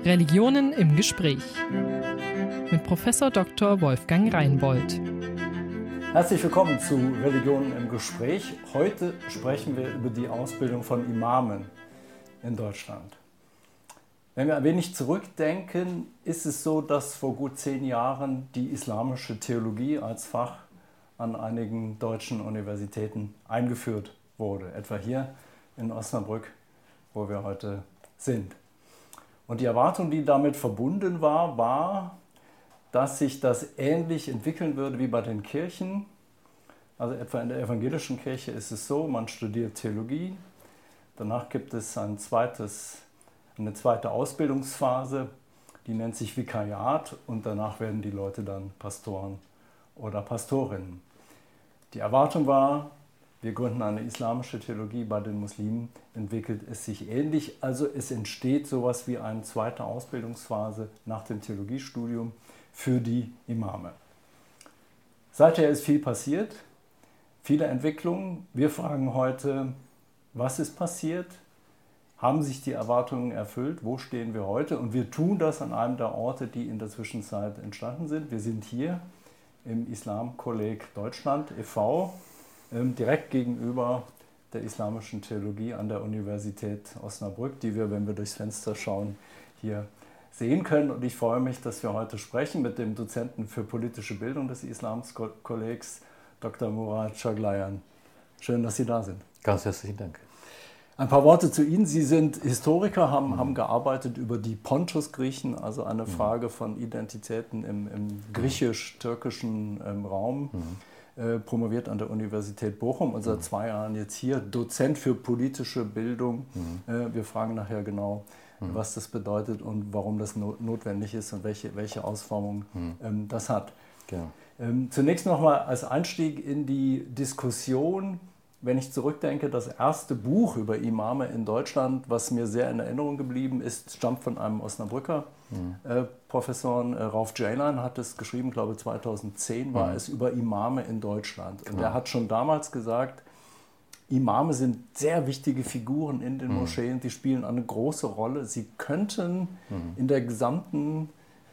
Religionen im Gespräch mit Professor Dr. Wolfgang Reinbold. Herzlich willkommen zu Religionen im Gespräch. Heute sprechen wir über die Ausbildung von Imamen in Deutschland. Wenn wir ein wenig zurückdenken, ist es so, dass vor gut 10 Jahren die islamische Theologie als Fach an einigen deutschen Universitäten eingeführt wurde, etwa hier in Osnabrück, wo wir heute sind. Und die Erwartung, die damit verbunden war, dass sich das ähnlich entwickeln würde wie bei den Kirchen. Also etwa in der evangelischen Kirche ist es so, man studiert Theologie, danach gibt es eine zweite Ausbildungsphase, die nennt sich Vikariat, und danach werden die Leute dann Pastoren oder Pastorinnen. Die Erwartung war, wir gründen eine islamische Theologie, bei den Muslimen entwickelt es sich ähnlich. Also es entsteht sowas wie eine zweite Ausbildungsphase nach dem Theologiestudium für die Imame. Seither ist viel passiert, viele Entwicklungen. Wir fragen heute, was ist passiert? Haben sich die Erwartungen erfüllt? Wo stehen wir heute? Und wir tun das an einem der Orte, die in der Zwischenzeit entstanden sind. Wir sind hier im Islamkolleg Deutschland e.V., direkt gegenüber der islamischen Theologie an der Universität Osnabrück, die wir, wenn wir durchs Fenster schauen, hier sehen können. Und ich freue mich, dass wir heute sprechen mit dem Dozenten für politische Bildung des Islamkollegs, Dr. Murat Chaglayan. Schön, dass Sie da sind. Ganz herzlichen Dank. Ein paar Worte zu Ihnen. Sie sind Historiker, haben gearbeitet über die Pontus-Griechen, also eine Frage von Identitäten im griechisch-türkischen Raum. Promoviert an der Universität Bochum und seit 2 Jahren jetzt hier Dozent für politische Bildung. Wir fragen nachher genau, was das bedeutet und warum das notwendig ist und welche Ausformung das hat. Genau. Zunächst nochmal als Einstieg in die Diskussion, wenn ich zurückdenke, das erste Buch über Imame in Deutschland, was mir sehr in Erinnerung geblieben ist, stammt von einem Osnabrücker Professor. Rauf Ceylan hat es geschrieben, glaube 2010 war es, über Imame in Deutschland. Und er hat schon damals gesagt, Imame sind sehr wichtige Figuren in den Moscheen, die spielen eine große Rolle. Sie könnten in der gesamten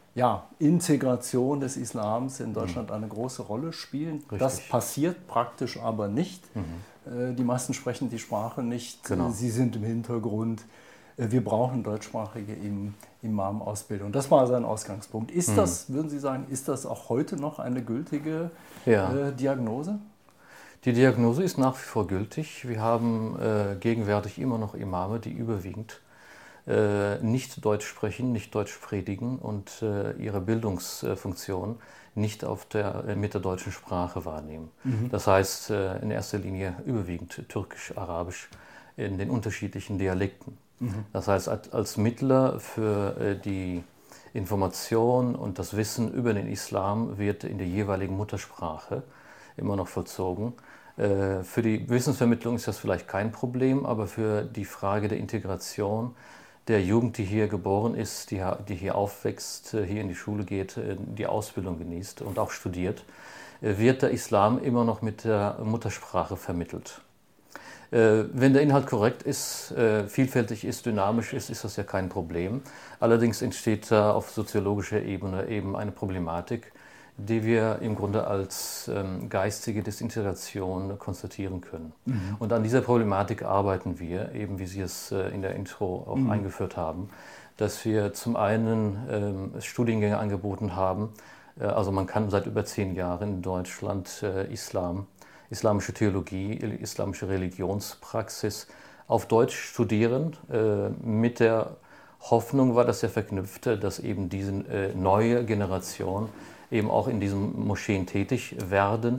Integration des Islams in Deutschland eine große Rolle spielen. Richtig. Das passiert praktisch aber nicht. Die meisten sprechen die Sprache nicht, genau. Sie sind im Hintergrund. Wir brauchen deutschsprachige Imam-Ausbildung. Das war sein Ausgangspunkt. Ist das, würden Sie sagen, ist das auch heute noch eine gültige Diagnose? Die Diagnose ist nach wie vor gültig. Wir haben gegenwärtig immer noch Imame, die überwiegend nicht Deutsch sprechen, nicht Deutsch predigen und ihre Bildungsfunktion nicht mit der deutschen Sprache wahrnehmen. Das heißt in erster Linie überwiegend Türkisch, Arabisch in den unterschiedlichen Dialekten. Das heißt, als Mittler für die Information und das Wissen über den Islam wird in der jeweiligen Muttersprache immer noch vollzogen. Für die Wissensvermittlung ist das vielleicht kein Problem, aber für die Frage der Integration der Jugend, die hier geboren ist, die hier aufwächst, hier in die Schule geht, die Ausbildung genießt und auch studiert, wird der Islam immer noch mit der Muttersprache vermittelt. Wenn der Inhalt korrekt ist, vielfältig ist, dynamisch ist das ja kein Problem. Allerdings entsteht da auf soziologischer Ebene eben eine Problematik, die wir im Grunde als geistige Desintegration konstatieren können. Und an dieser Problematik arbeiten wir, eben wie Sie es in der Intro auch eingeführt haben, dass wir zum einen Studiengänge angeboten haben. Also man kann seit über 10 Jahren in Deutschland islamische Theologie, islamische Religionspraxis auf Deutsch studieren. Mit der Hoffnung war das ja verknüpft, dass eben diese neue Generation eben auch in diesen Moscheen tätig werden,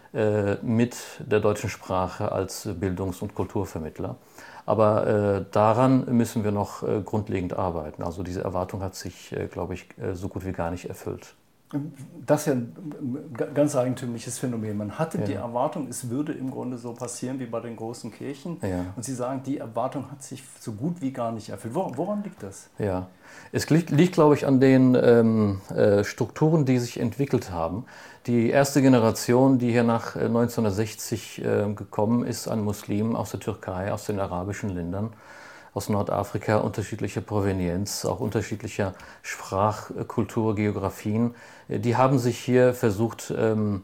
mit der deutschen Sprache als Bildungs- und Kulturvermittler. Aber daran müssen wir noch grundlegend arbeiten. Also diese Erwartung hat sich, glaube ich, so gut wie gar nicht erfüllt. Das ist ja ein ganz eigentümliches Phänomen. Man hatte die Erwartung, es würde im Grunde so passieren wie bei den großen Kirchen. Ja. Und Sie sagen, die Erwartung hat sich so gut wie gar nicht erfüllt. Woran liegt das? Ja, es liegt, glaube ich, an den Strukturen, die sich entwickelt haben. Die erste Generation, die hier nach 1960 gekommen ist an Muslimen aus der Türkei, aus den arabischen Ländern, aus Nordafrika, unterschiedlicher Provenienz, auch unterschiedlicher Sprachkultur, Geografien. Die haben sich hier versucht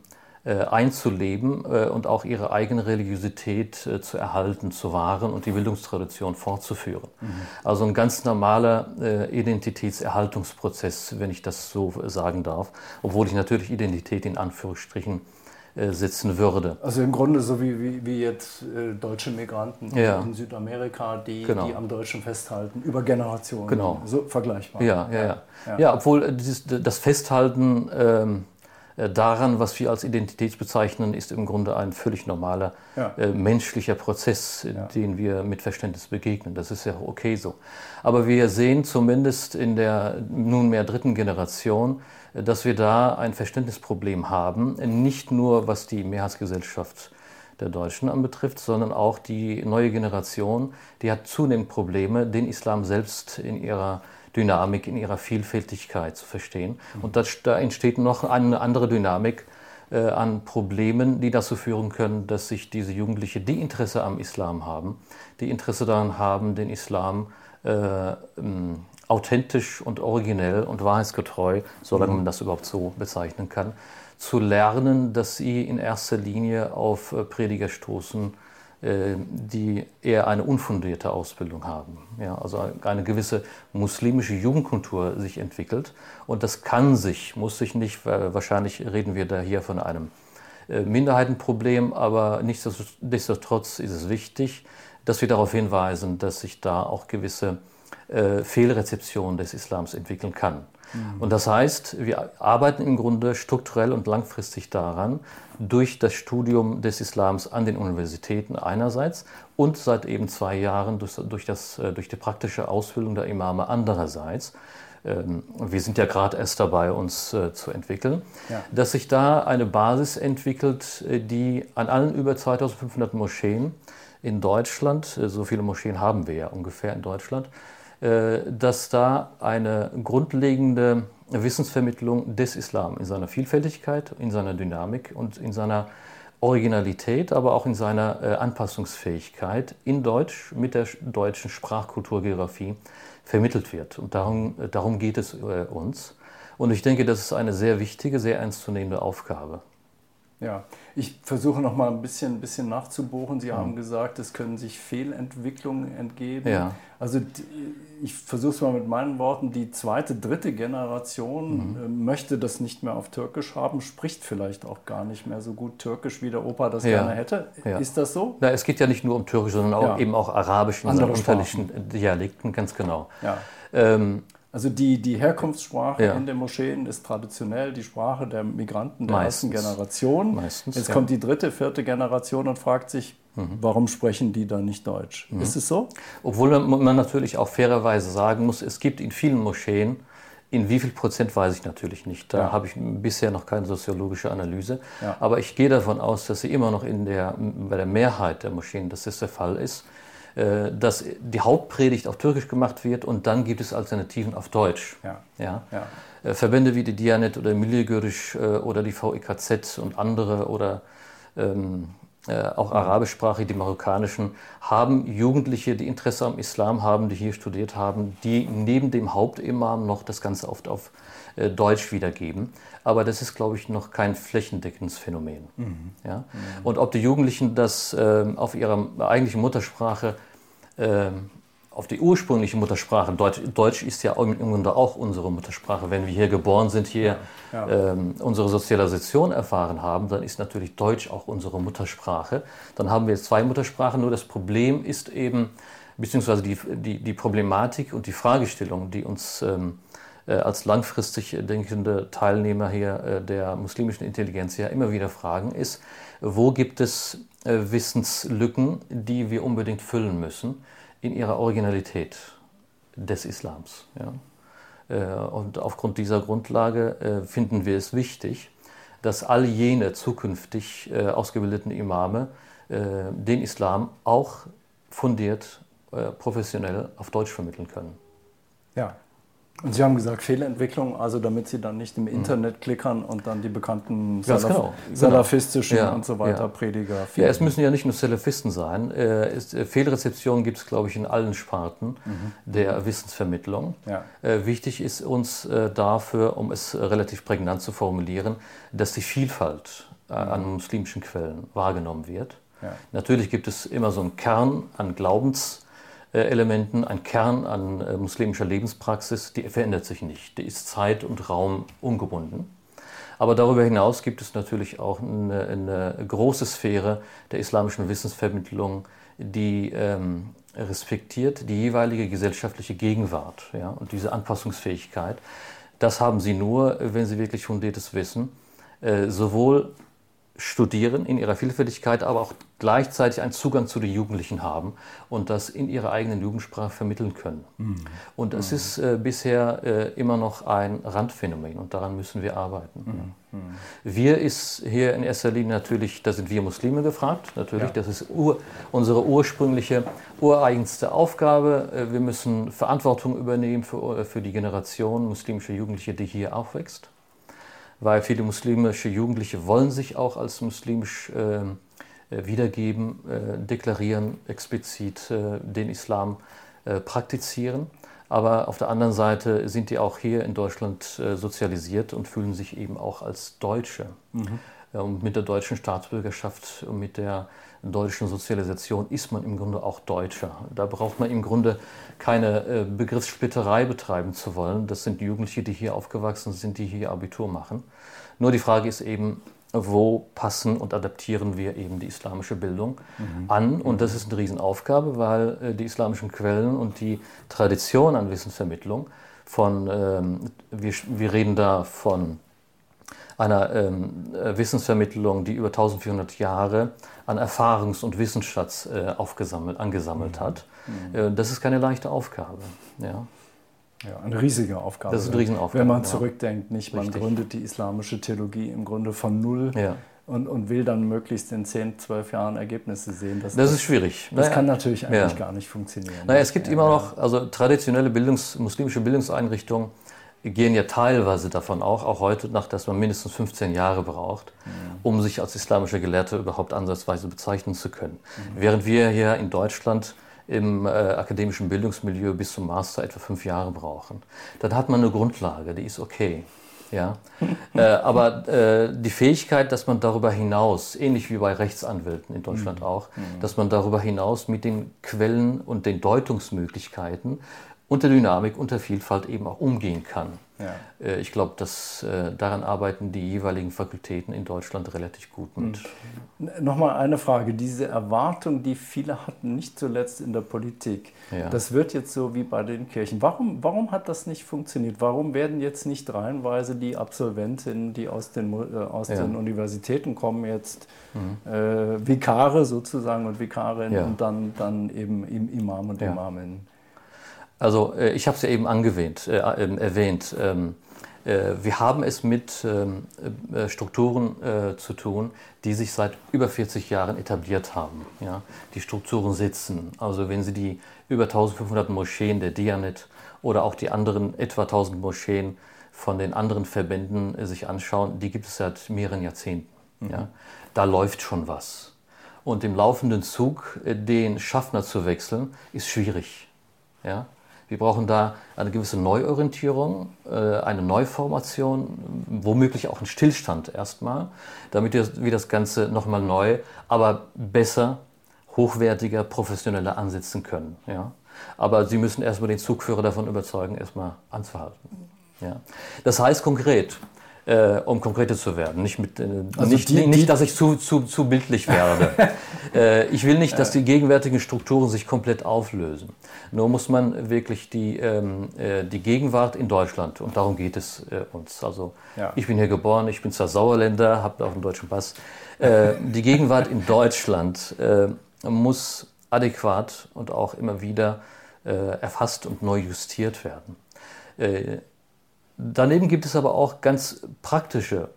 einzuleben und auch ihre eigene Religiosität zu erhalten, zu wahren und die Bildungstradition fortzuführen. Also ein ganz normaler Identitätserhaltungsprozess, wenn ich das so sagen darf, obwohl ich natürlich Identität in Anführungsstrichen setzen würde. Also im Grunde so wie jetzt deutsche Migranten in Südamerika, die am Deutschen festhalten, über Generationen. Genau. So vergleichbar. Ja, obwohl das Festhalten daran, was wir als Identität bezeichnen, ist im Grunde ein völlig normaler menschlicher Prozess, den wir mit Verständnis begegnen. Das ist ja okay so. Aber wir sehen zumindest in der nunmehr dritten Generation, dass wir da ein Verständnisproblem haben, nicht nur was die Mehrheitsgesellschaft der Deutschen anbetrifft, sondern auch die neue Generation, die hat zunehmend Probleme, den Islam selbst in ihrer Dynamik, in ihrer Vielfältigkeit zu verstehen. Und da entsteht noch eine andere Dynamik an Problemen, die dazu führen können, dass sich diese Jugendlichen, die Interesse am Islam haben, die Interesse daran haben, den Islam authentisch und originell und wahrheitsgetreu, solange man das überhaupt so bezeichnen kann, zu lernen, dass sie in erster Linie auf Prediger stoßen, die eher eine unfundierte Ausbildung haben. Ja, also eine gewisse muslimische Jugendkultur sich entwickelt. Und das muss sich nicht, wahrscheinlich reden wir da hier von einem Minderheitenproblem, aber nichtsdestotrotz ist es wichtig, dass wir darauf hinweisen, dass sich da auch gewisse Fehlrezeption des Islams entwickeln kann. Und das heißt, wir arbeiten im Grunde strukturell und langfristig daran, durch das Studium des Islams an den Universitäten einerseits und seit eben 2 Jahren durch die praktische Ausbildung der Imame andererseits. Wir sind ja gerade erst dabei, uns zu entwickeln, dass sich da eine Basis entwickelt, die an allen über 2500 Moscheen in Deutschland, so viele Moscheen haben wir ja ungefähr in Deutschland, dass da eine grundlegende Wissensvermittlung des Islam in seiner Vielfältigkeit, in seiner Dynamik und in seiner Originalität, aber auch in seiner Anpassungsfähigkeit in Deutsch mit der deutschen Sprachkulturgeografie vermittelt wird. Und darum geht es uns. Und ich denke, das ist eine sehr wichtige, sehr ernstzunehmende Aufgabe. Ja, ich versuche noch mal ein bisschen nachzubohren. Sie haben gesagt, es können sich Fehlentwicklungen entgeben. Ja. Also ich versuche es mal mit meinen Worten. Die zweite, dritte Generation möchte das nicht mehr auf Türkisch haben, spricht vielleicht auch gar nicht mehr so gut Türkisch, wie der Opa das gerne hätte. Ja. Ist das so? Na, es geht ja nicht nur um Türkisch, sondern auch eben auch Arabisch in seinen unterschiedlichen Dialekten, ganz genau. Ja. Also die Herkunftssprache in den Moscheen ist traditionell die Sprache der Migranten der ersten Generation. Meistens, jetzt kommt die dritte, vierte Generation und fragt sich, warum sprechen die dann nicht Deutsch? Ist es so? Obwohl man natürlich auch fairerweise sagen muss, es gibt in vielen Moscheen, in wie viel Prozent weiß ich natürlich nicht. Da habe ich bisher noch keine soziologische Analyse. Ja. Aber ich gehe davon aus, dass sie immer noch bei der Mehrheit der Moscheen, dass das der Fall ist, dass die Hauptpredigt auf Türkisch gemacht wird und dann gibt es Alternativen auf Deutsch. Verbände wie die Diyanet oder Milli Görüş oder die VEKZ und andere oder auch arabischsprachig, die marokkanischen, haben Jugendliche, die Interesse am Islam haben, die hier studiert haben, die neben dem Hauptimam noch das Ganze oft auf Deutsch wiedergeben. Aber das ist, glaube ich, noch kein flächendeckendes Phänomen. Ja? Und ob die Jugendlichen das auf ihrer eigentlichen Muttersprache, auf die ursprüngliche Muttersprache, Deutsch ist ja im Grunde auch unsere Muttersprache. Wenn wir hier geboren sind, hier unsere Sozialisation erfahren haben, dann ist natürlich Deutsch auch unsere Muttersprache. Dann haben wir jetzt 2 Muttersprachen, nur das Problem ist eben, beziehungsweise die Problematik und die Fragestellung, die uns als langfristig denkende Teilnehmer hier der muslimischen Intelligenz ja immer wieder fragen, ist, wo gibt es Wissenslücken, die wir unbedingt füllen müssen in ihrer Originalität des Islams. Ja? Und aufgrund dieser Grundlage finden wir es wichtig, dass all jene zukünftig ausgebildeten Imame den Islam auch fundiert, professionell auf Deutsch vermitteln können. Ja. Und Sie haben gesagt Fehlentwicklung, also damit Sie dann nicht im Internet klickern und dann die bekannten salafistischen und so weiter Prediger finden. Ja, es müssen ja nicht nur Salafisten sein. Fehlrezeption gibt es, glaube ich, in allen Sparten der Wissensvermittlung. Ja. Wichtig ist uns dafür, um es relativ prägnant zu formulieren, dass die Vielfalt an muslimischen Quellen wahrgenommen wird. Ja. Natürlich gibt es immer so einen Kern an Glaubenselementen, ein Kern an muslimischer Lebenspraxis, die verändert sich nicht. Die ist Zeit und Raum ungebunden. Aber darüber hinaus gibt es natürlich auch eine große Sphäre der islamischen Wissensvermittlung, die respektiert die jeweilige gesellschaftliche Gegenwart, ja, und diese Anpassungsfähigkeit. Das haben Sie nur, wenn Sie wirklich fundiertes Wissen sowohl studieren in ihrer Vielfältigkeit, aber auch gleichzeitig einen Zugang zu den Jugendlichen haben und das in ihrer eigenen Jugendsprache vermitteln können. Und es ist bisher immer noch ein Randphänomen und daran müssen wir arbeiten. Wir ist hier in erster Linie natürlich, da sind wir Muslime gefragt, natürlich, das ist unsere ursprüngliche, ureigenste Aufgabe. Wir müssen Verantwortung übernehmen für die Generation muslimischer Jugendliche, die hier aufwächst. Weil viele muslimische Jugendliche wollen sich auch als muslimisch wiedergeben, deklarieren, explizit den Islam praktizieren. Aber auf der anderen Seite sind die auch hier in Deutschland sozialisiert und fühlen sich eben auch als Deutsche. Und mit der deutschen Staatsbürgerschaft und mit der deutschen Sozialisation ist man im Grunde auch Deutscher. Da braucht man im Grunde keine Begriffssplitterei betreiben zu wollen. Das sind Jugendliche, die hier aufgewachsen sind, die hier Abitur machen. Nur die Frage ist eben, wo passen und adaptieren wir eben die islamische Bildung an? Und das ist eine Riesenaufgabe, weil die islamischen Quellen und die Tradition an Wissensvermittlung wir reden da von einer Wissensvermittlung, die über 1400 Jahre an Erfahrungs- und Wissensschatz angesammelt hat. Das ist keine leichte Aufgabe. Ja. Ja, eine riesige Aufgabe. Das ist eine Riesenaufgabe. Wenn man zurückdenkt, man gründet die islamische Theologie im Grunde von null und will dann möglichst in 10, 12 Jahren Ergebnisse sehen. Das ist schwierig. Das kann natürlich eigentlich gar nicht funktionieren. Es gibt immer noch, also traditionelle muslimische Bildungseinrichtungen gehen ja teilweise davon auch heute nach, dass man mindestens 15 Jahre braucht, um sich als islamischer Gelehrter überhaupt ansatzweise bezeichnen zu können. Während wir hier in Deutschland im akademischen Bildungsmilieu bis zum Master etwa 5 Jahre brauchen. Dann hat man eine Grundlage, die ist okay. Ja? Aber die Fähigkeit, dass man darüber hinaus, ähnlich wie bei Rechtsanwälten in Deutschland auch, dass man darüber hinaus mit den Quellen und den Deutungsmöglichkeiten und der Dynamik und der Vielfalt eben auch umgehen kann. Ja. Ich glaube, dass daran arbeiten die jeweiligen Fakultäten in Deutschland relativ gut mit. Nochmal eine Frage. Diese Erwartung, die viele hatten, nicht zuletzt in der Politik, das wird jetzt so wie bei den Kirchen. Warum hat das nicht funktioniert? Warum werden jetzt nicht reihenweise die Absolventinnen, die aus den Universitäten kommen, jetzt Vikare sozusagen und Vikarinnen und dann eben Imam und Imaminnen? Also ich habe es ja eben erwähnt. Wir haben es mit Strukturen zu tun, die sich seit über 40 Jahren etabliert haben. Ja? Die Strukturen sitzen. Also wenn Sie die über 1500 Moscheen der Diyanet oder auch die anderen etwa 1000 Moscheen von den anderen Verbänden sich anschauen, die gibt es seit mehreren Jahrzehnten. Ja? Da läuft schon was. Und im laufenden Zug den Schaffner zu wechseln, ist schwierig. Ja? Wir brauchen da eine gewisse Neuorientierung, eine Neuformation, womöglich auch einen Stillstand erstmal, damit wir das Ganze nochmal neu, aber besser, hochwertiger, professioneller ansetzen können. Ja? Aber Sie müssen erstmal den Zugführer davon überzeugen, erstmal anzuhalten. Ja? Das heißt konkret, um konkreter zu werden. Nicht, dass ich zu bildlich werde. Ich will nicht, dass die gegenwärtigen Strukturen sich komplett auflösen. Nur muss man wirklich die Gegenwart in Deutschland, und darum geht es uns. Also ich bin hier geboren, ich bin zwar Sauerländer, habe auch einen deutschen Pass. Die Gegenwart in Deutschland muss adäquat und auch immer wieder erfasst und neu justiert werden. Daneben gibt es aber auch ganz praktische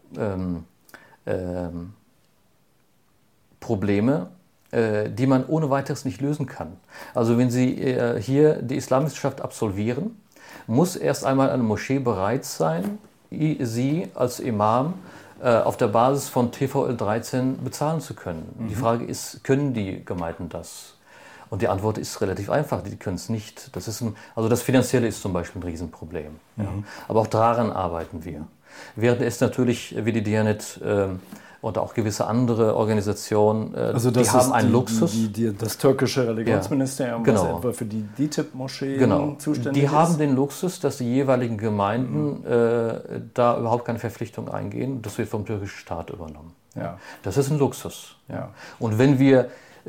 Probleme, die man ohne weiteres nicht lösen kann. Also wenn Sie hier die Islamwissenschaft absolvieren, muss erst einmal eine Moschee bereit sein, sie als Imam auf der Basis von TVL 13 bezahlen zu können. Die Frage ist, können die Gemeinden das? Und die Antwort ist relativ einfach, die können es nicht. Also das Finanzielle ist zum Beispiel ein Riesenproblem. Ja. Aber auch daran arbeiten wir. Während es natürlich, wie die Diyanet und auch gewisse andere Organisationen, die haben einen Luxus. Das türkische Religionsministerium, genau. was etwa für die DİTİB-Moscheen zuständig ist. Die haben den Luxus, dass die jeweiligen Gemeinden da überhaupt keine Verpflichtung eingehen. Das wird vom türkischen Staat übernommen. Ja. Das ist ein Luxus. Ja. Und wenn wir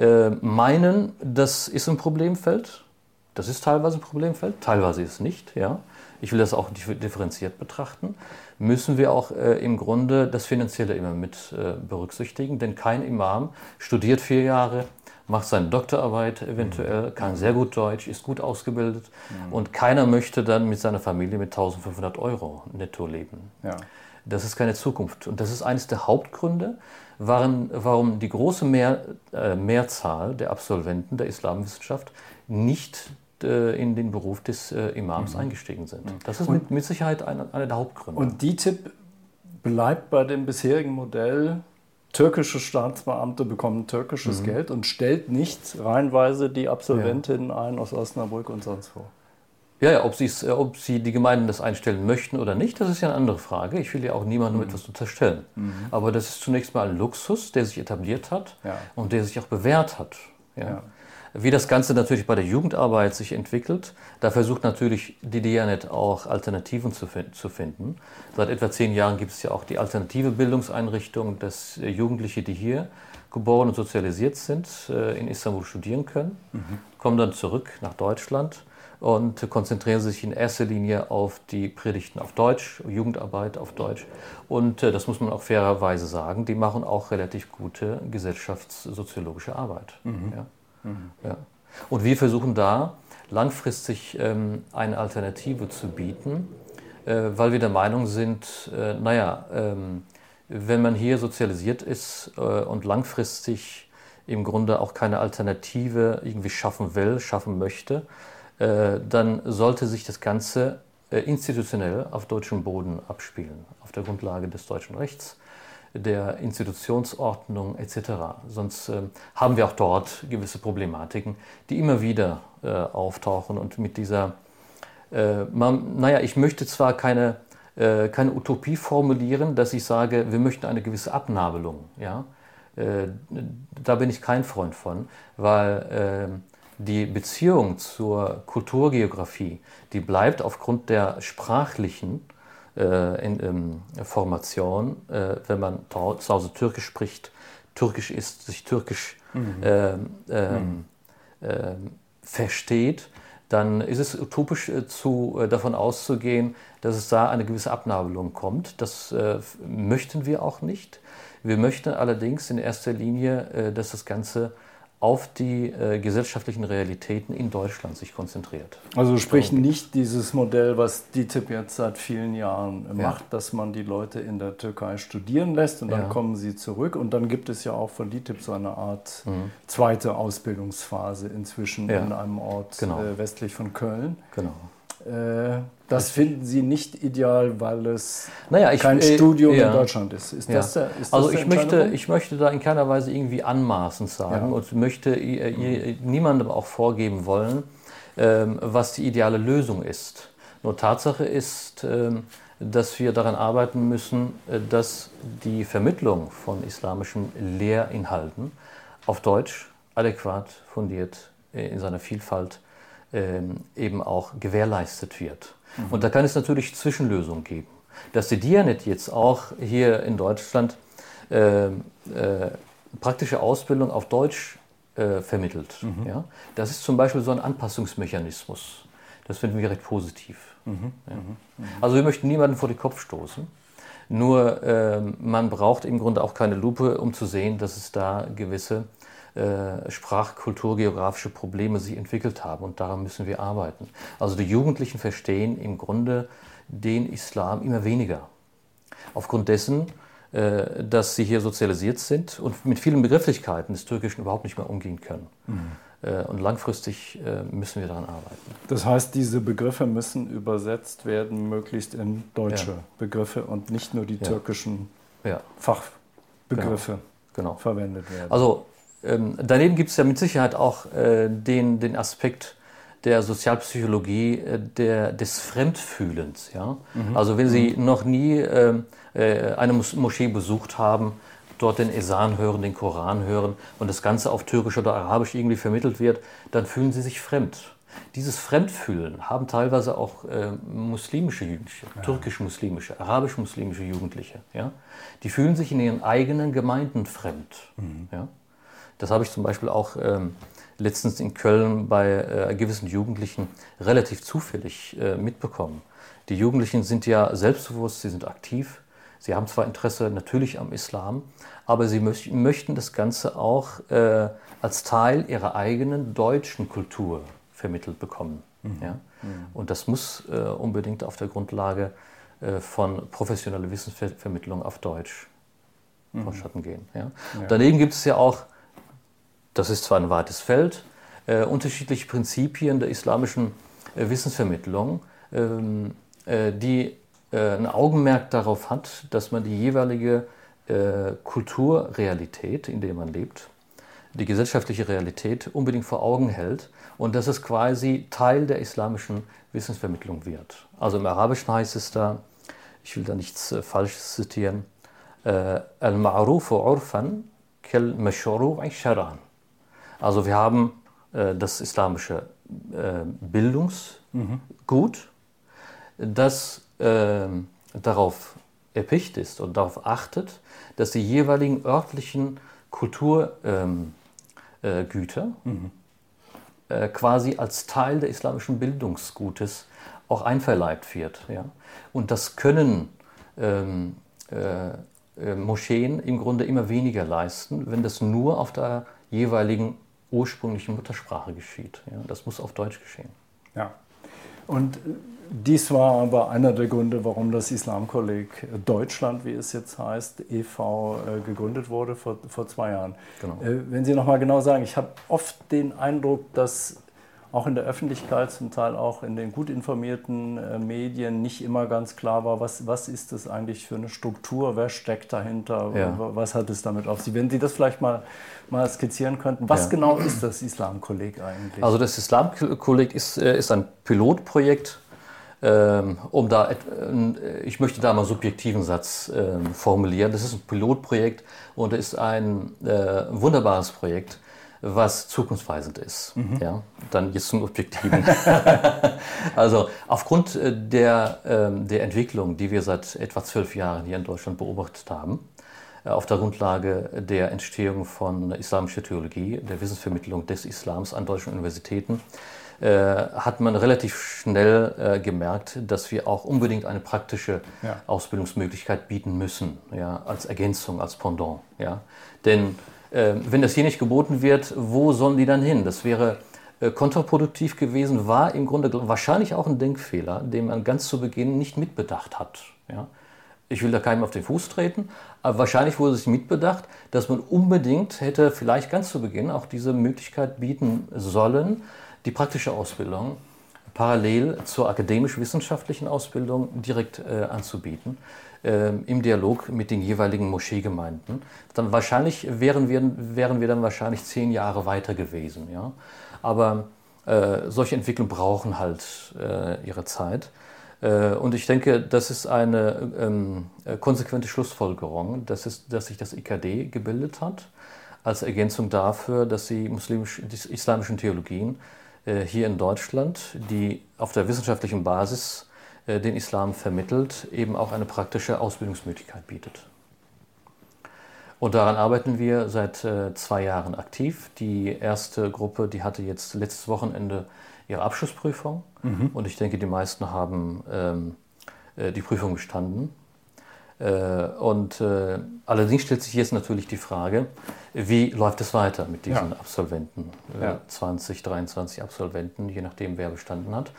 meinen, das ist ein Problemfeld, das ist teilweise ein Problemfeld, teilweise ist es nicht, ja. Ich will das auch differenziert betrachten, müssen wir auch im Grunde das Finanzielle immer mit berücksichtigen, denn kein Imam studiert 4 Jahre, macht seine Doktorarbeit eventuell, kann sehr gut Deutsch, ist gut ausgebildet und keiner möchte dann mit seiner Familie mit 1.500 € netto leben. Ja. Das ist keine Zukunft und das ist eines der Hauptgründe, warum die große Mehrzahl der Absolventen der Islamwissenschaft nicht in den Beruf des Imams eingestiegen sind. Das ist mit Sicherheit einer der Hauptgründe. Und DİTİB bleibt bei dem bisherigen Modell, türkische Staatsbeamte bekommen türkisches Geld und stellt nicht reihenweise die Absolventinnen ein aus Osnabrück und sonst wo. Ja, ob sie die Gemeinden das einstellen möchten oder nicht, das ist ja eine andere Frage. Ich will ja auch niemandem etwas unterstellen. Aber das ist zunächst mal ein Luxus, der sich etabliert hat und der sich auch bewährt hat. Ja. Wie das Ganze natürlich bei der Jugendarbeit sich entwickelt, da versucht natürlich die Diyanet auch Alternativen zu finden. Seit etwa 10 Jahren gibt es ja auch die alternative Bildungseinrichtung, dass Jugendliche, die hier geboren und sozialisiert sind, in Istanbul studieren können, kommen dann zurück nach Deutschland und konzentrieren sich in erster Linie auf die Predigten auf Deutsch, Jugendarbeit auf Deutsch. Und das muss man auch fairerweise sagen, die machen auch relativ gute gesellschaftssoziologische Arbeit. Ja. Ja. Und wir versuchen da langfristig eine Alternative zu bieten, weil wir der Meinung sind, wenn man hier sozialisiert ist und langfristig im Grunde auch keine Alternative irgendwie schaffen möchte, dann sollte sich das Ganze institutionell auf deutschem Boden abspielen, auf der Grundlage des deutschen Rechts, der Institutionsordnung etc. Sonst haben wir auch dort gewisse Problematiken, die immer wieder auftauchen und mit dieser, ich möchte zwar keine Utopie formulieren, dass ich sage, wir möchten eine gewisse Abnabelung, ja? Da bin ich kein Freund von, weil die Beziehung zur Kulturgeografie, die bleibt aufgrund der sprachlichen Formation, wenn man zu Hause Türkisch spricht, Türkisch ist, sich Türkisch versteht, dann ist es utopisch davon auszugehen, dass es da eine gewisse Abnabelung kommt. Das möchten wir auch nicht. Wir möchten allerdings in erster Linie, dass das Ganze auf die gesellschaftlichen Realitäten in Deutschland sich konzentriert. Also sprich nicht dieses Modell, was DİTİB jetzt seit vielen Jahren macht, dass man die Leute in der Türkei studieren lässt und dann kommen sie zurück. Und dann gibt es ja auch von DİTİB so eine Art zweite Ausbildungsphase inzwischen in einem Ort westlich von Köln. Genau. Das finden Sie nicht ideal, weil es kein Studium in Deutschland ist. Ich möchte da in keiner Weise irgendwie anmaßend sagen und möchte niemandem auch vorgeben wollen, was die ideale Lösung ist. Nur Tatsache ist, dass wir daran arbeiten müssen, dass die Vermittlung von islamischen Lehrinhalten auf Deutsch adäquat, fundiert, in seiner Vielfalt eben auch gewährleistet wird. Und da kann es natürlich Zwischenlösungen geben. Dass die Diyanet jetzt auch hier in Deutschland praktische Ausbildung auf Deutsch vermittelt. Ja? Das ist zum Beispiel so ein Anpassungsmechanismus. Das finden wir recht positiv. Ja? Also wir möchten niemanden vor den Kopf stoßen. Nur man braucht im Grunde auch keine Lupe, um zu sehen, dass es da gewisse sprachkulturgeografische Probleme sich entwickelt haben und daran müssen wir arbeiten. Also die Jugendlichen verstehen im Grunde den Islam immer weniger. Aufgrund dessen, dass sie hier sozialisiert sind und mit vielen Begrifflichkeiten des Türkischen überhaupt nicht mehr umgehen können. Und langfristig müssen wir daran arbeiten. Das heißt, diese Begriffe müssen übersetzt werden, möglichst in deutsche Begriffe und nicht nur die türkischen Fachbegriffe verwendet werden. Also daneben gibt es ja mit Sicherheit auch den Aspekt der Sozialpsychologie des Fremdfühlens. Ja? Also wenn Sie noch nie eine Moschee besucht haben, dort den Esan hören, den Koran hören und das Ganze auf Türkisch oder Arabisch irgendwie vermittelt wird, dann fühlen Sie sich fremd. Dieses Fremdfühlen haben teilweise auch muslimische Jugendliche, türkisch-muslimische, arabisch-muslimische Jugendliche. Ja? Die fühlen sich in ihren eigenen Gemeinden fremd. Ja? Das habe ich zum Beispiel auch letztens in Köln bei gewissen Jugendlichen relativ zufällig mitbekommen. Die Jugendlichen sind ja selbstbewusst, sie sind aktiv. Sie haben zwar Interesse natürlich am Islam, aber sie möchten das Ganze auch als Teil ihrer eigenen deutschen Kultur vermittelt bekommen. Ja? Und das muss unbedingt auf der Grundlage von professioneller Wissensvermittlung auf Deutsch vonstatten gehen. Ja? Daneben gibt es ja auch, das ist zwar ein weites Feld, unterschiedliche Prinzipien der islamischen Wissensvermittlung, die ein Augenmerk darauf hat, dass man die jeweilige Kulturrealität, in der man lebt, die gesellschaftliche Realität unbedingt vor Augen hält und dass es quasi Teil der islamischen Wissensvermittlung wird. Also im Arabischen heißt es da, ich will da nichts Falsches zitieren, al-ma'rufu urfan kal-mashru'i shar'an. Also wir haben das islamische Bildungsgut, das darauf erpicht ist und darauf achtet, dass die jeweiligen örtlichen Kulturgüter quasi als Teil des islamischen Bildungsgutes auch einverleibt wird. Ja? Und das können Moscheen im Grunde immer weniger leisten, wenn das nur auf der jeweiligen ursprünglichen Muttersprache geschieht. Ja? Das muss auf Deutsch geschehen. Ja. Und dies war aber einer der Gründe, warum das Islamkolleg Deutschland, wie es jetzt heißt, e.V., gegründet wurde vor 2 Jahren. Genau. Wenn Sie nochmal genau sagen, ich habe oft den Eindruck, dass auch in der Öffentlichkeit, zum Teil auch in den gut informierten Medien nicht immer ganz klar war, was ist das eigentlich für eine Struktur, wer steckt dahinter, was hat es damit auf sich. Wenn Sie das vielleicht mal skizzieren könnten, was genau ist das Islamkolleg eigentlich? Also das Islamkolleg ist ein Pilotprojekt, ich möchte da mal einen subjektiven Satz formulieren. Das ist ein Pilotprojekt und es ist ein wunderbares Projekt, was zukunftsweisend ist. Ja? Dann jetzt zum Objektiven. Also aufgrund der Entwicklung, die wir seit etwa 12 Jahren hier in Deutschland beobachtet haben, auf der Grundlage der Entstehung von islamischer Theologie, der Wissensvermittlung des Islams an deutschen Universitäten, hat man relativ schnell gemerkt, dass wir auch unbedingt eine praktische Ausbildungsmöglichkeit bieten müssen, als Ergänzung, als Pendant. Ja? Denn wenn das hier nicht geboten wird, wo sollen die dann hin? Das wäre kontraproduktiv gewesen, war im Grunde wahrscheinlich auch ein Denkfehler, den man ganz zu Beginn nicht mitbedacht hat. Ja? Ich will da keinem auf den Fuß treten, aber wahrscheinlich wurde sich mitbedacht, dass man unbedingt hätte vielleicht ganz zu Beginn auch diese Möglichkeit bieten sollen, die praktische Ausbildung parallel zur akademisch-wissenschaftlichen Ausbildung direkt anzubieten, im Dialog mit den jeweiligen Moscheegemeinden. Dann wahrscheinlich wären wir dann wahrscheinlich 10 Jahre weiter gewesen. Ja? Aber solche Entwicklungen brauchen halt ihre Zeit. Und ich denke, das ist eine konsequente Schlussfolgerung, dass sich das IKD gebildet hat, als Ergänzung dafür, dass die islamischen Theologien hier in Deutschland, die auf der wissenschaftlichen Basis den Islam vermittelt, eben auch eine praktische Ausbildungsmöglichkeit bietet. Und daran arbeiten wir seit 2 Jahren aktiv. Die erste Gruppe, die hatte jetzt letztes Wochenende ihre Abschlussprüfung. Und ich denke, die meisten haben die Prüfung bestanden. Allerdings stellt sich jetzt natürlich die Frage, wie läuft es weiter mit diesen Absolventen? 20, 23 Absolventen, je nachdem, wer bestanden hat.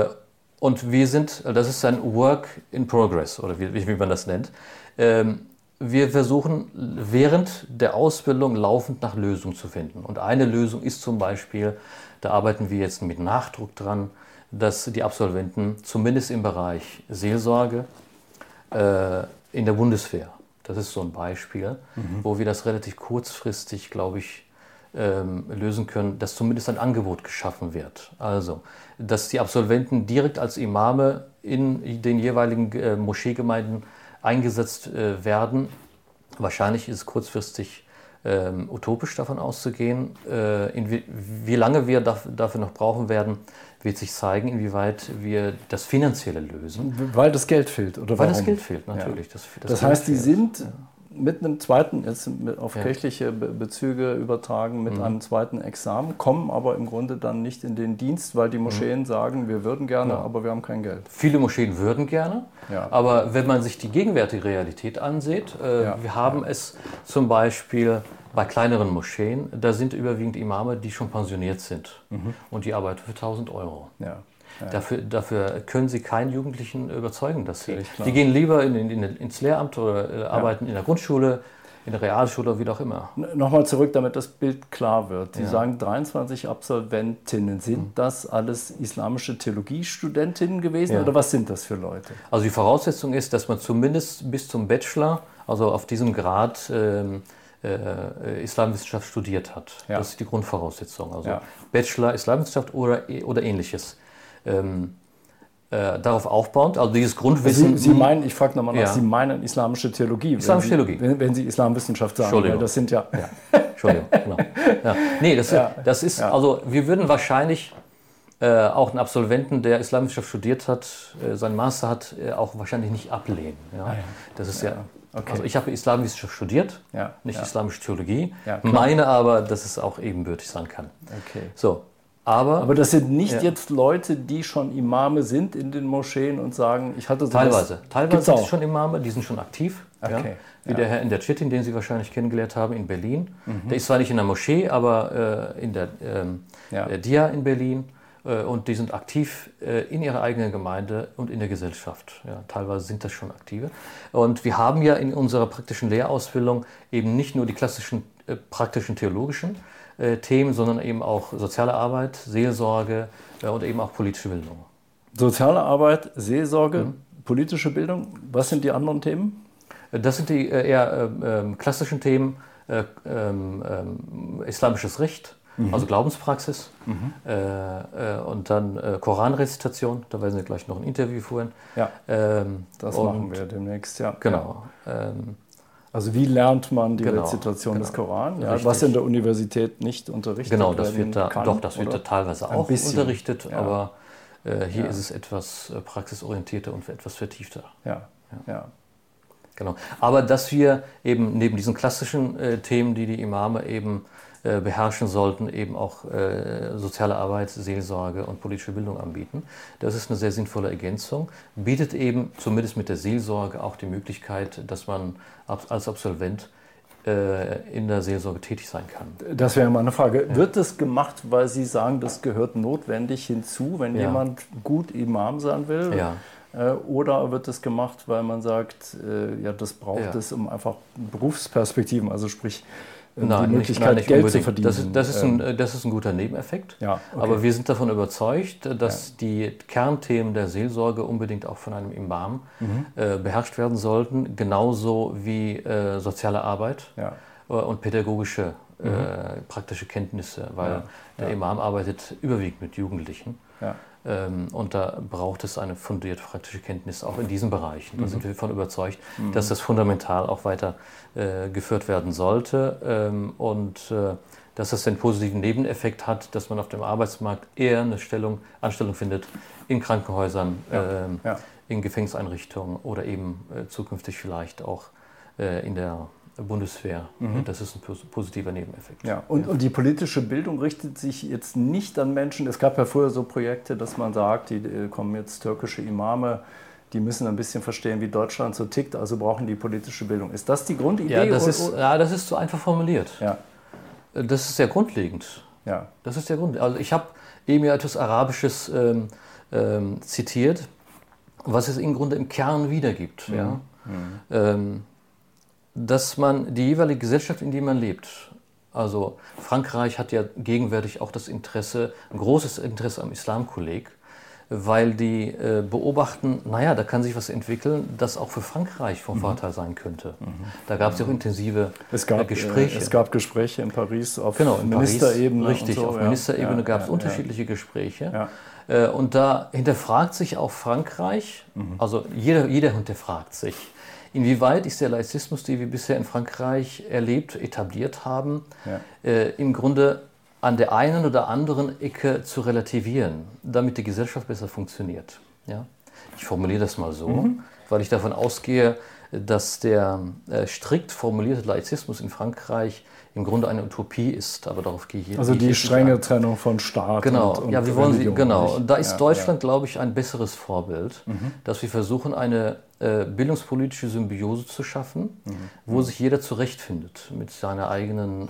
Und das ist ein Work in Progress, oder wie man das nennt. wir versuchen während der Ausbildung laufend nach Lösungen zu finden. Und eine Lösung ist zum Beispiel, da arbeiten wir jetzt mit Nachdruck dran, dass die Absolventen zumindest im Bereich Seelsorge in der Bundeswehr, das ist so ein Beispiel, wo wir das relativ kurzfristig, glaube ich, lösen können, dass zumindest ein Angebot geschaffen wird. Also, dass die Absolventen direkt als Imame in den jeweiligen Moscheegemeinden eingesetzt werden. Wahrscheinlich ist es kurzfristig utopisch davon auszugehen. Wie lange wir dafür noch brauchen werden, wird sich zeigen, inwieweit wir das Finanzielle lösen. Weil das Geld fehlt, oder Weil warum? das Geld fehlt, natürlich. Ja. Das heißt, die fehlt. sind mit einem zweiten, jetzt auf kirchliche Bezüge übertragen, mit einem zweiten Examen, kommen aber im Grunde dann nicht in den Dienst, weil die Moscheen sagen, wir würden gerne, aber wir haben kein Geld. Viele Moscheen würden gerne, aber wenn man sich die gegenwärtige Realität ansieht, wir haben es zum Beispiel bei kleineren Moscheen, da sind überwiegend Imame, die schon pensioniert sind und die arbeiten für 1.000 Euro. Ja. Dafür können Sie keinen Jugendlichen überzeugen, dass die gehen lieber ins Lehramt oder arbeiten in der Grundschule, in der Realschule, wie auch immer. Nochmal zurück, damit das Bild klar wird. Sie sagen 23 Absolventinnen. Sind das alles islamische Theologiestudentinnen gewesen oder was sind das für Leute? Also die Voraussetzung ist, dass man zumindest bis zum Bachelor, also auf diesem Grad, Islamwissenschaft studiert hat. Das ist die Grundvoraussetzung. Also Bachelor Islamwissenschaft oder Ähnliches. Darauf aufbauend, also dieses Grundwissen. Sie meinen, ich frage nochmal nach, Sie meinen islamische Theologie. Islamische Theologie. Wenn Sie Islamwissenschaft sagen, Entschuldigung. weil das sind Entschuldigung, genau. Nee, das ist, also wir würden wahrscheinlich auch einen Absolventen, der Islamwissenschaft studiert hat, seinen Master hat, auch wahrscheinlich nicht ablehnen. Ja? Das ist okay. Also ich habe Islamwissenschaft studiert, nicht islamische Theologie, meine aber, dass es auch ebenbürtig sein kann. Okay. So. Aber das sind nicht jetzt Leute, die schon Imame sind in den Moscheen und sagen, ich hatte sowas. Teilweise sind es schon Imame, die sind schon aktiv. Okay. Wie der Herr Endercetin, den Sie wahrscheinlich kennengelernt haben in Berlin. Der ist zwar nicht in der Moschee, aber in der DIA in Berlin. Und die sind aktiv in ihrer eigenen Gemeinde und in der Gesellschaft. Ja, teilweise sind das schon Aktive. Und wir haben ja in unserer praktischen Lehrausbildung eben nicht nur die klassischen praktischen theologischen Themen, sondern eben auch soziale Arbeit, Seelsorge und eben auch politische Bildung. Soziale Arbeit, Seelsorge, politische Bildung. Was sind die anderen Themen? Das sind die eher klassischen Themen, islamisches Recht, also Glaubenspraxis und dann Koranrezitation. Da werden Sie gleich noch ein Interview führen. Ja, das machen wir demnächst, ja. Genau. Also wie lernt man die Rezitation des Koran? Ja, was in der Universität nicht unterrichtet wird. Genau, das wird da, das wird da teilweise auch unterrichtet, aber hier ist es etwas praxisorientierter und etwas vertiefter. Ja. Genau. Aber dass wir eben neben diesen klassischen Themen, die die Imame eben beherrschen sollten, eben auch soziale Arbeit, Seelsorge und politische Bildung anbieten. Das ist eine sehr sinnvolle Ergänzung, bietet eben zumindest mit der Seelsorge auch die Möglichkeit, dass man als Absolvent in der Seelsorge tätig sein kann. Das wäre mal eine Frage. Ja. Wird das gemacht, weil Sie sagen, das gehört notwendig hinzu, wenn jemand gut Imam sein will? Ja. Oder wird das gemacht, weil man sagt, das braucht es, um einfach Berufsperspektiven, also sprich die Möglichkeit, nicht Geld unbedingt zu verdienen. Das ist ein guter Nebeneffekt. Ja, okay. Aber wir sind davon überzeugt, dass die Kernthemen der Seelsorge unbedingt auch von einem Imam beherrscht werden sollten, genauso wie soziale Arbeit und pädagogische praktische Kenntnisse, weil der Imam arbeitet überwiegend mit Jugendlichen. Ja. Und da braucht es eine fundierte praktische Kenntnis auch in diesen Bereichen. Da sind wir davon überzeugt, dass das fundamental auch weiter geführt werden sollte und dass das den positiven Nebeneffekt hat, dass man auf dem Arbeitsmarkt eher eine Anstellung findet in Krankenhäusern, in Gefängniseinrichtungen oder eben zukünftig vielleicht auch in der Bundeswehr. Das ist ein positiver Nebeneffekt. Ja. Und die politische Bildung richtet sich jetzt nicht an Menschen. Es gab ja früher so Projekte, dass man sagt, die kommen jetzt türkische Imame, die müssen ein bisschen verstehen, wie Deutschland so tickt, also brauchen die politische Bildung. Ist das die Grundidee? Ja, das ist so einfach formuliert. Ja. Das ist sehr grundlegend. Ja. Das ist sehr grundlegend. Also ich habe eben ja etwas Arabisches zitiert, was es im Grunde im Kern wiedergibt. Ja. dass man die jeweilige Gesellschaft, in der man lebt, also Frankreich hat ja gegenwärtig auch ein großes Interesse am Islamkolleg, weil die beobachten, naja, da kann sich was entwickeln, das auch für Frankreich von Vorteil sein könnte. Da gab es ja auch intensive Gespräche. Es gab Gespräche in Paris auf in Ministerebene. Paris, richtig, auf Ministerebene gab es unterschiedliche Gespräche. Und da hinterfragt sich auch Frankreich, also jeder hinterfragt sich, inwieweit ist der Laizismus, den wir bisher in Frankreich etabliert haben, im Grunde an der einen oder anderen Ecke zu relativieren, damit die Gesellschaft besser funktioniert. Ja? Ich formuliere das mal so, weil ich davon ausgehe, dass der strikt formulierte Laizismus in Frankreich im Grunde eine Utopie ist, aber darauf gehe ich jetzt also die strenge Trennung von Staat und ja, wir wollen Religion. Da ist Deutschland, glaube ich, ein besseres Vorbild, dass wir versuchen, eine bildungspolitische Symbiose zu schaffen, wo sich jeder zurechtfindet mit seiner eigenen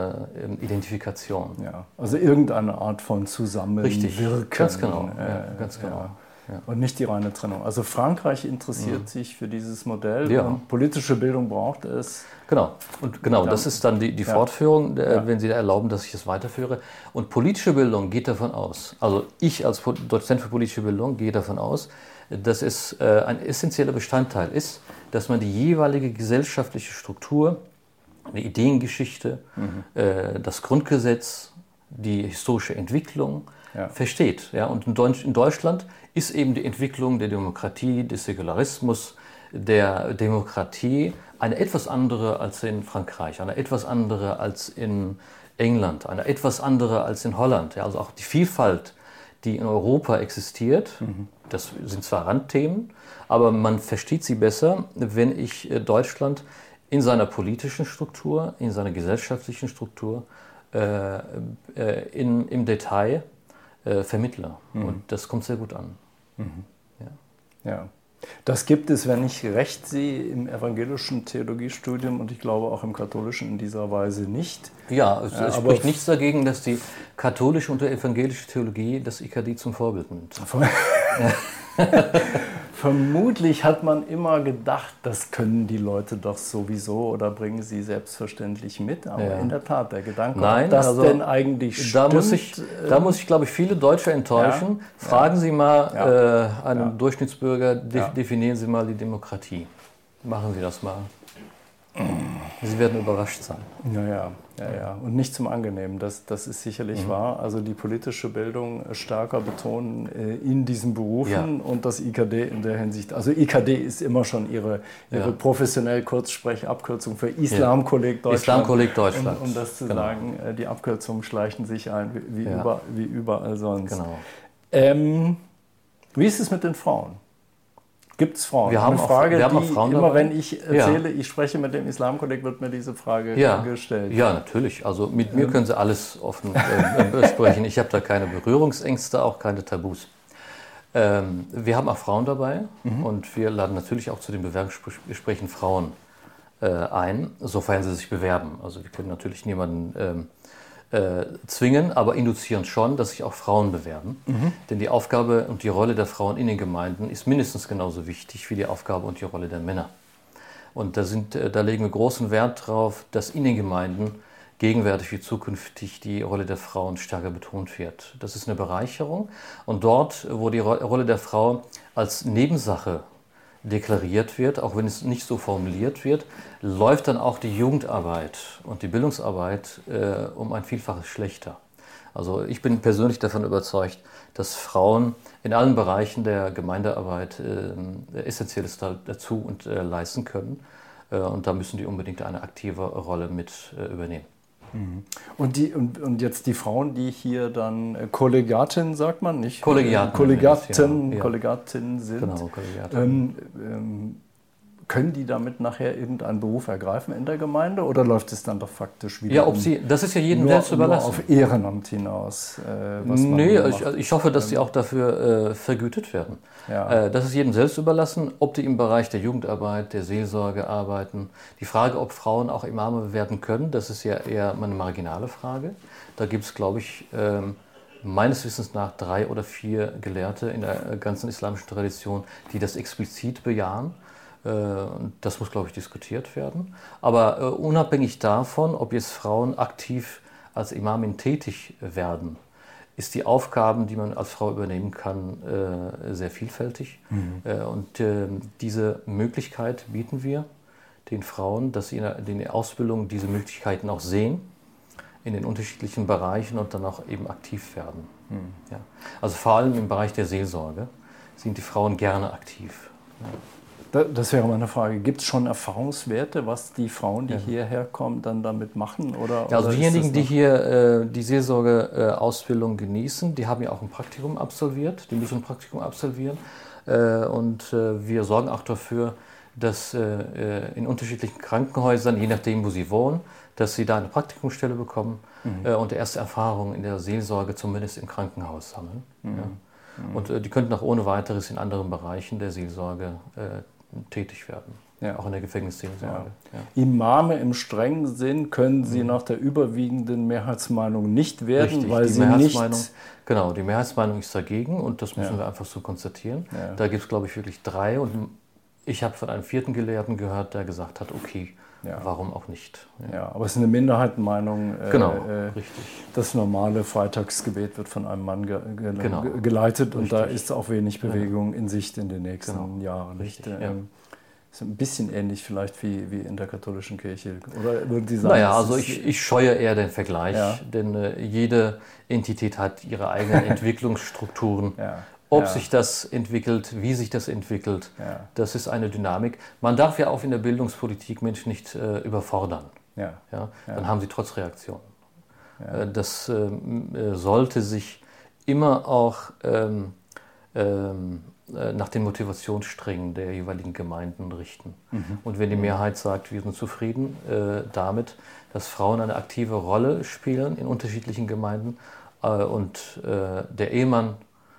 Identifikation. Ja, also irgendeine Art von Zusammenwirken. Richtig, ganz genau. Ganz genau. Ja. Und nicht die reine Trennung. Also Frankreich interessiert sich für dieses Modell und politische Bildung braucht es. Genau, das ist dann die Fortführung, wenn Sie erlauben, dass ich das weiterführe. Und politische Bildung geht davon aus, also ich als Dozent für politische Bildung gehe davon aus, dass es ein essentieller Bestandteil ist, dass man die jeweilige gesellschaftliche Struktur, die Ideengeschichte, das Grundgesetz, die historische Entwicklung versteht. Ja? Und in Deutschland ist eben die Entwicklung der Demokratie, des Säkularismus, der Demokratie eine etwas andere als in Frankreich, eine etwas andere als in England, eine etwas andere als in Holland. Ja? Also auch die Vielfalt, die in Europa existiert, das sind zwar Randthemen, aber man versteht sie besser, wenn ich Deutschland in seiner politischen Struktur, in seiner gesellschaftlichen Struktur im Detail vermittle. Und das kommt sehr gut an. Ja. Das gibt es, wenn ich recht sehe, im evangelischen Theologiestudium und ich glaube auch im katholischen in dieser Weise nicht. Ja, es spricht nichts dagegen, dass die katholische und die evangelische Theologie das IKD zum Vorbild nimmt. Vermutlich hat man immer gedacht, das können die Leute doch sowieso oder bringen sie selbstverständlich mit. Aber in der Tat, der Gedanke, ob das denn eigentlich stimmt. Da muss ich, glaube ich, viele Deutsche enttäuschen. Fragen Sie mal einen Durchschnittsbürger, definieren Sie mal die Demokratie. Machen Sie das mal. Sie werden überrascht sein. Ja. Und nicht zum Angenehmen, das ist sicherlich wahr. Also die politische Bildung stärker betonen in diesen Berufen und das IKD in der Hinsicht. Also IKD ist immer schon ihre professionell Kurzsprechabkürzung für Islamkolleg Deutschland. Islamkolleg Deutschland. Um das zu sagen, die Abkürzungen schleichen sich ein, wie überall sonst. Genau. Wie ist es mit den Frauen? Gibt es Frauen? Wir haben auch Frauen immer dabei. Wenn ich erzähle, ich spreche mit dem Islamkolleg, wird mir diese Frage gestellt. Ja, natürlich. Also mit mir können Sie alles offen besprechen. Ich habe da keine Berührungsängste, auch keine Tabus. Wir haben auch Frauen dabei und wir laden natürlich auch zu den Bewerbungsgesprächen Frauen ein, sofern sie sich bewerben. Also wir können natürlich niemanden zwingen, aber induzieren schon, dass sich auch Frauen bewerben. Denn die Aufgabe und die Rolle der Frauen in den Gemeinden ist mindestens genauso wichtig wie die Aufgabe und die Rolle der Männer. Und da legen wir großen Wert drauf, dass in den Gemeinden gegenwärtig wie zukünftig die Rolle der Frauen stärker betont wird. Das ist eine Bereicherung. Und dort, wo die Rolle der Frau als Nebensache deklariert wird, auch wenn es nicht so formuliert wird, läuft dann auch die Jugendarbeit und die Bildungsarbeit um ein Vielfaches schlechter. Also ich bin persönlich davon überzeugt, dass Frauen in allen Bereichen der Gemeindearbeit Essentielles dazu und leisten können. Und da müssen die unbedingt eine aktive Rolle mit übernehmen. Und jetzt die Frauen, die hier dann Kollegiatinnen, sagt man nicht? Kollegiatinnen sind. Genau, Kollegiatinnen. Können die damit nachher irgendeinen Beruf ergreifen in der Gemeinde oder läuft es dann doch faktisch wieder das ist ja jedem selbst überlassen. Nur auf Ehrenamt hinaus? Ich hoffe, dass sie auch dafür vergütet werden. Das ist jedem selbst überlassen, ob die im Bereich der Jugendarbeit, der Seelsorge arbeiten. Die Frage, ob Frauen auch Imame werden können, das ist ja eher eine marginale Frage. Da gibt es, glaube ich, meines Wissens nach 3 oder 4 Gelehrte in der ganzen islamischen Tradition, die das explizit bejahen. Das muss, glaube ich, diskutiert werden. Aber unabhängig davon, ob jetzt Frauen aktiv als Imamin tätig werden, ist die Aufgaben, die man als Frau übernehmen kann, sehr vielfältig. Und diese Möglichkeit bieten wir den Frauen, dass sie in der Ausbildung diese Möglichkeiten auch sehen, in den unterschiedlichen Bereichen und dann auch eben aktiv werden. Ja. Also vor allem im Bereich der Seelsorge sind die Frauen gerne aktiv. Ja. Das wäre meine Frage. Gibt es schon Erfahrungswerte, was die Frauen, die hierher kommen, dann damit machen? Oder diejenigen, die hier die Seelsorge-Ausbildung genießen, die haben ja auch ein Praktikum absolviert, die müssen ein Praktikum absolvieren. Und wir sorgen auch dafür, dass in unterschiedlichen Krankenhäusern, je nachdem, wo sie wohnen, dass sie da eine Praktikumsstelle bekommen und erste Erfahrungen in der Seelsorge zumindest im Krankenhaus sammeln. Ja. Und die könnten auch ohne weiteres in anderen Bereichen der Seelsorge tätig werden, auch in der Gefängnisseelsorge. Ja. Imame im strengen Sinn können sie nach der überwiegenden Mehrheitsmeinung nicht werden, richtig, weil sie nicht... Genau, die Mehrheitsmeinung ist dagegen und das müssen wir einfach so konstatieren. Ja. Da gibt es, glaube ich, wirklich 3 und ich habe von einem 4. Gelehrten gehört, der gesagt hat, okay, warum auch nicht. Ja, aber es ist eine Minderheitenmeinung. Genau, richtig. Das normale Freitagsgebet wird von einem Mann geleitet und da ist auch wenig Bewegung in Sicht in den nächsten Jahren. Richtig, ist ein bisschen ähnlich vielleicht wie in der katholischen Kirche. Oder würden Sie sagen? Naja, also ich scheue eher den Vergleich, denn jede Entität hat ihre eigenen Entwicklungsstrukturen. Ob sich das entwickelt, wie sich das entwickelt, das ist eine Dynamik. Man darf ja auch in der Bildungspolitik Menschen nicht überfordern. Dann haben sie Trotzreaktionen. Das sollte sich immer auch nach den Motivationssträngen der jeweiligen Gemeinden richten. Und wenn die Mehrheit sagt, wir sind zufrieden damit, dass Frauen eine aktive Rolle spielen in unterschiedlichen Gemeinden und der Ehemann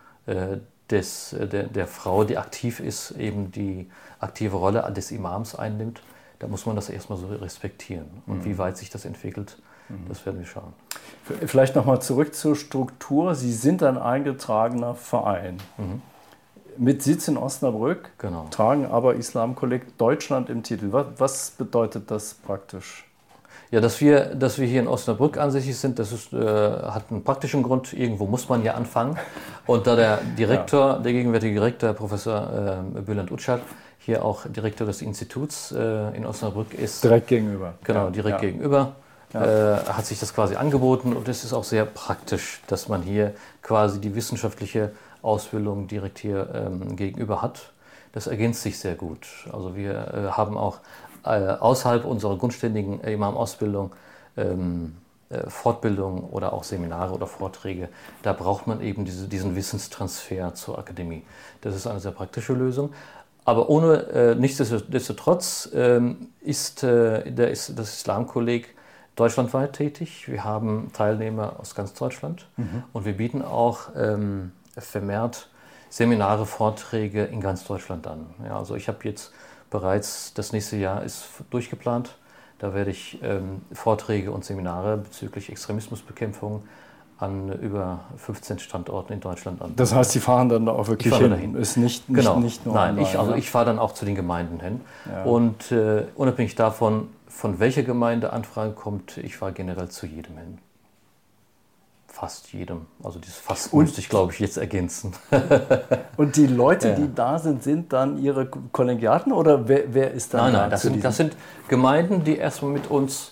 der Frau, die aktiv ist, eben die aktive Rolle des Imams einnimmt, da muss man das erstmal so respektieren. Und wie weit sich das entwickelt, das werden wir schauen. Vielleicht nochmal zurück zur Struktur. Sie sind ein eingetragener Verein mit Sitz in Osnabrück, tragen aber Islamkolleg Deutschland im Titel. Was bedeutet das praktisch? Ja, dass wir hier in Osnabrück ansässig sind, das hat einen praktischen Grund. Irgendwo muss man ja anfangen. Und da der gegenwärtige Direktor, Professor Bülent Uçak, hier auch Direktor des Instituts in Osnabrück ist. Direkt gegenüber. Genau, direkt gegenüber. Hat sich das quasi angeboten und es ist auch sehr praktisch, dass man hier quasi die wissenschaftliche Ausbildung direkt hier gegenüber hat. Das ergänzt sich sehr gut. Also wir haben auch außerhalb unserer grundständigen Imam-Ausbildung Fortbildungen oder auch Seminare oder Vorträge. Da braucht man eben diesen Wissenstransfer zur Akademie. Das ist eine sehr praktische Lösung. Aber nichtsdestotrotz ist das Islamkolleg deutschlandweit tätig. Wir haben Teilnehmer aus ganz Deutschland und wir bieten auch vermehrt Seminare, Vorträge in ganz Deutschland an. Ja, also ich habe jetzt bereits, das nächste Jahr ist durchgeplant. Da werde ich Vorträge und Seminare bezüglich Extremismusbekämpfung an über 15 Standorten in Deutschland an. Das heißt, Sie fahren dann auch wirklich hin? Ist nicht nur Nein, ich fahre dann auch zu den Gemeinden hin. Ja. Und unabhängig davon, von welcher Gemeinde Anfrage kommt, ich fahre generell zu jedem hin. Fast jedem. Also dieses fast müsste ich, glaube ich, jetzt ergänzen. Und die Leute, die da sind, sind dann Ihre Kollegiaten oder wer ist da? Nein, das sind Gemeinden, die erstmal mit uns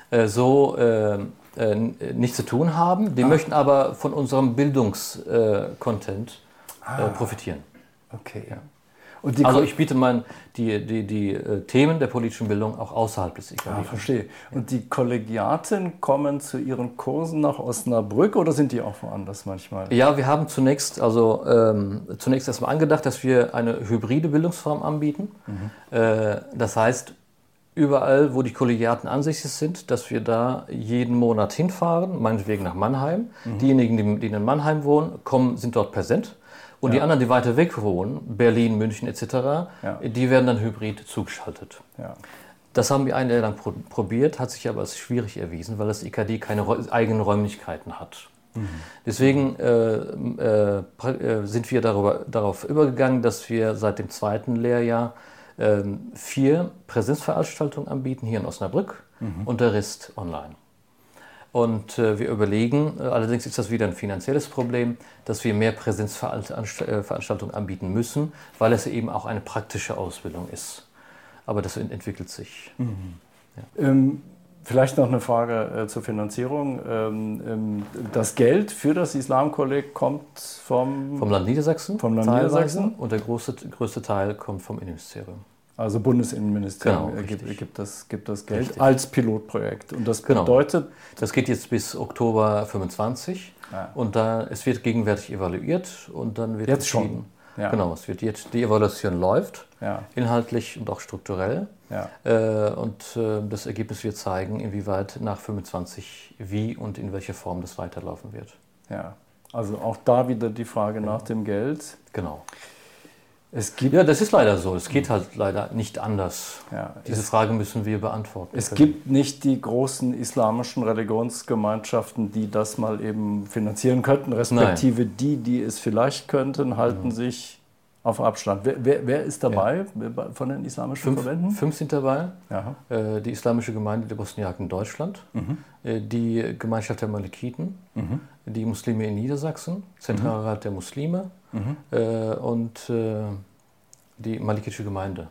nichts zu tun haben. Die möchten aber von unserem Bildungskontent profitieren. Okay. Ja. Und also ich biete die Themen der politischen Bildung auch außerhalb des IKD. Verstehe. Und die Kollegiaten kommen zu ihren Kursen nach Osnabrück oder sind die auch woanders manchmal? Ja, wir haben zunächst erstmal angedacht, dass wir eine hybride Bildungsform anbieten. Das heißt, überall, wo die Kollegiaten ansässig sind, dass wir da jeden Monat hinfahren, meinetwegen nach Mannheim. Diejenigen, die in Mannheim wohnen, sind dort präsent. Und die anderen, die weiter weg wohnen, Berlin, München etc., die werden dann hybrid zugeschaltet. Ja. Das haben wir ein Jahr lang probiert, hat sich aber als schwierig erwiesen, weil das IKD keine eigenen Räumlichkeiten hat. Deswegen sind wir darauf übergegangen, dass wir seit dem 2. Lehrjahr 4 Präsenzveranstaltungen anbieten hier in Osnabrück und der Rest online. Und wir überlegen, allerdings ist das wieder ein finanzielles Problem, dass wir mehr Präsenzveranstaltungen anbieten müssen, weil es eben auch eine praktische Ausbildung ist. Aber das entwickelt sich. Ja. Vielleicht noch eine Frage zur Finanzierung. Das Geld für das Islamkolleg kommt vom Land Niedersachsen. Vom Land Niedersachsen. Und der größte Teil kommt vom Innenministerium. Also Bundesinnenministerium gibt das Geld richtig. Als Pilotprojekt. Und das bedeutet... Das geht jetzt bis Oktober 25 und es wird gegenwärtig evaluiert und dann wird jetzt entschieden. Schon? Ja. Genau, es wird jetzt, die Evaluation läuft, ja. Inhaltlich und auch strukturell. Ja. Das Ergebnis wird zeigen, inwieweit nach 25 wie und in welcher Form das weiterlaufen wird. Ja, also auch da wieder die Frage nach dem Geld. Genau. Ja, das ist leider so. Es geht halt leider nicht anders. Ja, Diese Frage müssen wir beantworten. Es gibt nicht die großen islamischen Religionsgemeinschaften, die das mal eben finanzieren könnten, respektive die es vielleicht könnten, halten sich auf Abstand. Wer ist dabei von den islamischen Verbänden? 5 sind dabei. Ja. Die Islamische Gemeinde der Bosniaken in Deutschland, die Gemeinschaft der Malikiten, die Muslime in Niedersachsen, Zentralrat der Muslime und die malikitische Gemeinde.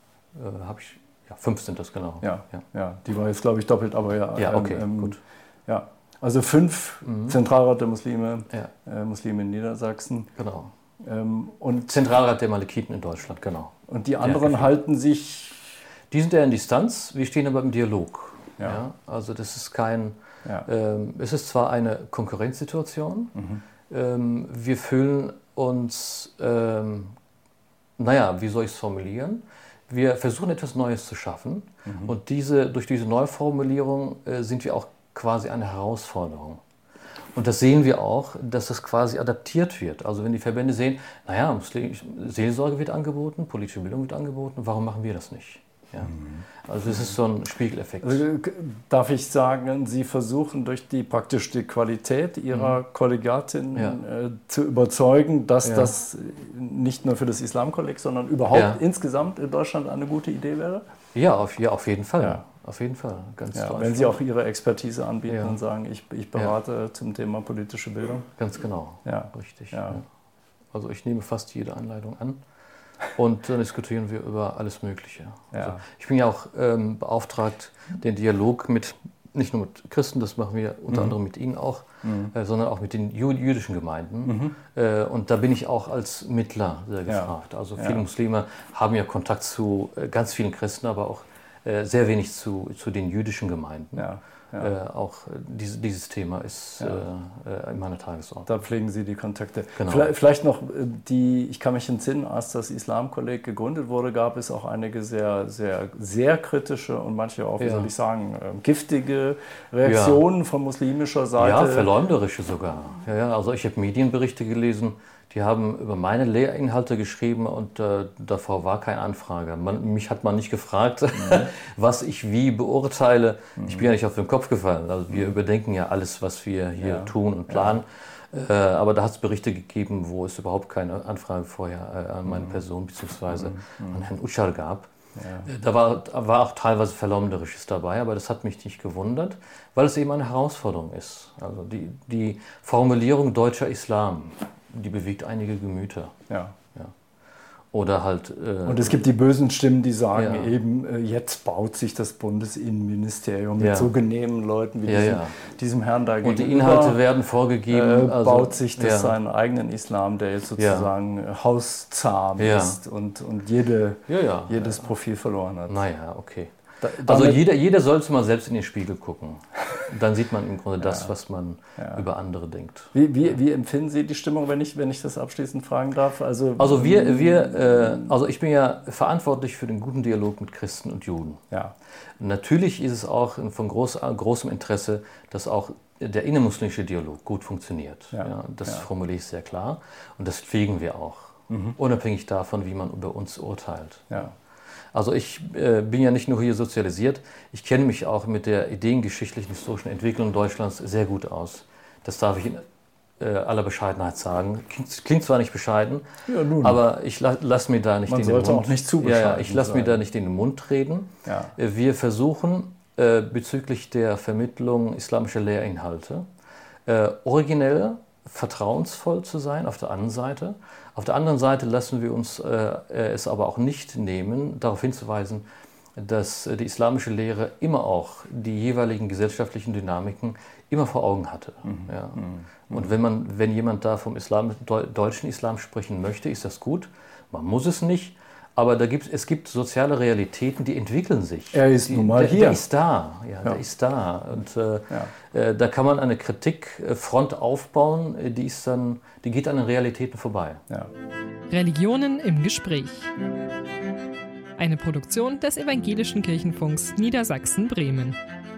5 sind das genau. Ja, die war jetzt, glaube ich, doppelt, aber ja. Ja, okay, gut. Ja, also 5 Zentralrat der Muslime, Muslime in Niedersachsen. Genau. Und Zentralrat der Malikiten in Deutschland, genau. Und die anderen halten sich... Die sind eher in Distanz, wir stehen aber im Dialog. Ja. Ja, also das ist es ist zwar eine Konkurrenzsituation, wir fühlen uns, wie soll ich es formulieren? Wir versuchen etwas Neues zu schaffen und durch diese Neuformulierung sind wir auch quasi eine Herausforderung. Und das sehen wir auch, dass das quasi adaptiert wird. Also wenn die Verbände sehen, Seelsorge wird angeboten, politische Bildung wird angeboten, warum machen wir das nicht? Ja. Also es ist so ein Spiegeleffekt. Also, darf ich sagen, Sie versuchen durch die Qualität Ihrer Kollegiatin zu überzeugen, dass das nicht nur für das Islamkolleg, sondern überhaupt insgesamt in Deutschland eine gute Idee wäre? Ja, auf jeden Fall. Ja. Auf jeden Fall, ganz wenn Sie auch Ihre Expertise anbieten und sagen, ich berate zum Thema politische Bildung. Ganz genau, richtig. Ja. Ja. Also ich nehme fast jede Einladung an und dann diskutieren wir über alles Mögliche. Ja. Also ich bin ja auch beauftragt, den Dialog nicht nur mit Christen, das machen wir unter anderem mit Ihnen auch, sondern auch mit den jüdischen Gemeinden. Und da bin ich auch als Mittler sehr gefragt. Also viele Muslime haben ja Kontakt zu ganz vielen Christen, aber auch sehr wenig zu den jüdischen Gemeinden. Auch dieses Thema ist in meiner Tagesordnung. Da pflegen Sie die Kontakte. Genau. Vielleicht noch ich kann mich entsinnen, als das Islamkolleg gegründet wurde, gab es auch einige sehr, sehr, sehr kritische und manche auch, wie soll ich sagen, giftige Reaktionen von muslimischer Seite. Ja, verleumderische sogar. Ja, also ich habe Medienberichte gelesen, die haben über meine Lehrinhalte geschrieben und davor war keine Anfrage. Mich hat man nicht gefragt, was ich wie beurteile. Ich bin ja nicht auf den Kopf gefallen. Also wir überdenken ja alles, was wir hier tun und planen. Aber da hat es Berichte gegeben, wo es überhaupt keine Anfrage vorher an meine Person bzw. an Herrn Uçar gab. Da war auch teilweise Verleumderisches dabei, aber das hat mich nicht gewundert, weil es eben eine Herausforderung ist. Also die Formulierung deutscher Islam, die bewegt einige Gemüter. Ja. Oder halt... und es gibt die bösen Stimmen, die sagen eben, jetzt baut sich das Bundesinnenministerium mit so genehmen Leuten wie diesem Herrn da gegenüber. Und die Inhalte werden vorgegeben. Baut sich das seinen eigenen Islam, der jetzt sozusagen hauszahm ist und jedes Profil verloren hat. Naja, okay. Also jeder sollte mal selbst in den Spiegel gucken. Dann sieht man im Grunde das, was man über andere denkt. Wie empfinden Sie die Stimmung, wenn ich das abschließend fragen darf? Also ich bin ja verantwortlich für den guten Dialog mit Christen und Juden. Ja. Natürlich ist es auch von großem Interesse, dass auch der innermuslimische Dialog gut funktioniert. Das formuliere ich sehr klar und das pflegen wir auch, unabhängig davon, wie man über uns urteilt. Ja. Also ich bin ja nicht nur hier sozialisiert, ich kenne mich auch mit der ideengeschichtlichen, historischen Entwicklung Deutschlands sehr gut aus. Das darf ich aller Bescheidenheit sagen. Klingt zwar nicht bescheiden, Ja, nun. aber ich lasse mir da nicht Man in den Mund. sollte auch nicht zu bescheiden ich lasse mir da nicht in den Mund reden. Ja. Wir versuchen bezüglich der Vermittlung islamischer Lehrinhalte originell, vertrauensvoll zu sein auf der einen Seite. Auf der anderen Seite lassen wir uns es aber auch nicht nehmen, darauf hinzuweisen, dass die islamische Lehre immer auch die jeweiligen gesellschaftlichen Dynamiken immer vor Augen hatte. Ja. Und wenn jemand da vom deutschen Islam sprechen möchte, ist das gut. Man muss es nicht, aber es gibt soziale Realitäten, die entwickeln sich. Er ist nun mal hier. Der ist da, der ist da. Und da kann man eine Kritikfront aufbauen, die geht an den Realitäten vorbei. Ja. Religionen im Gespräch. Eine Produktion des Evangelischen Kirchenfunks Niedersachsen-Bremen.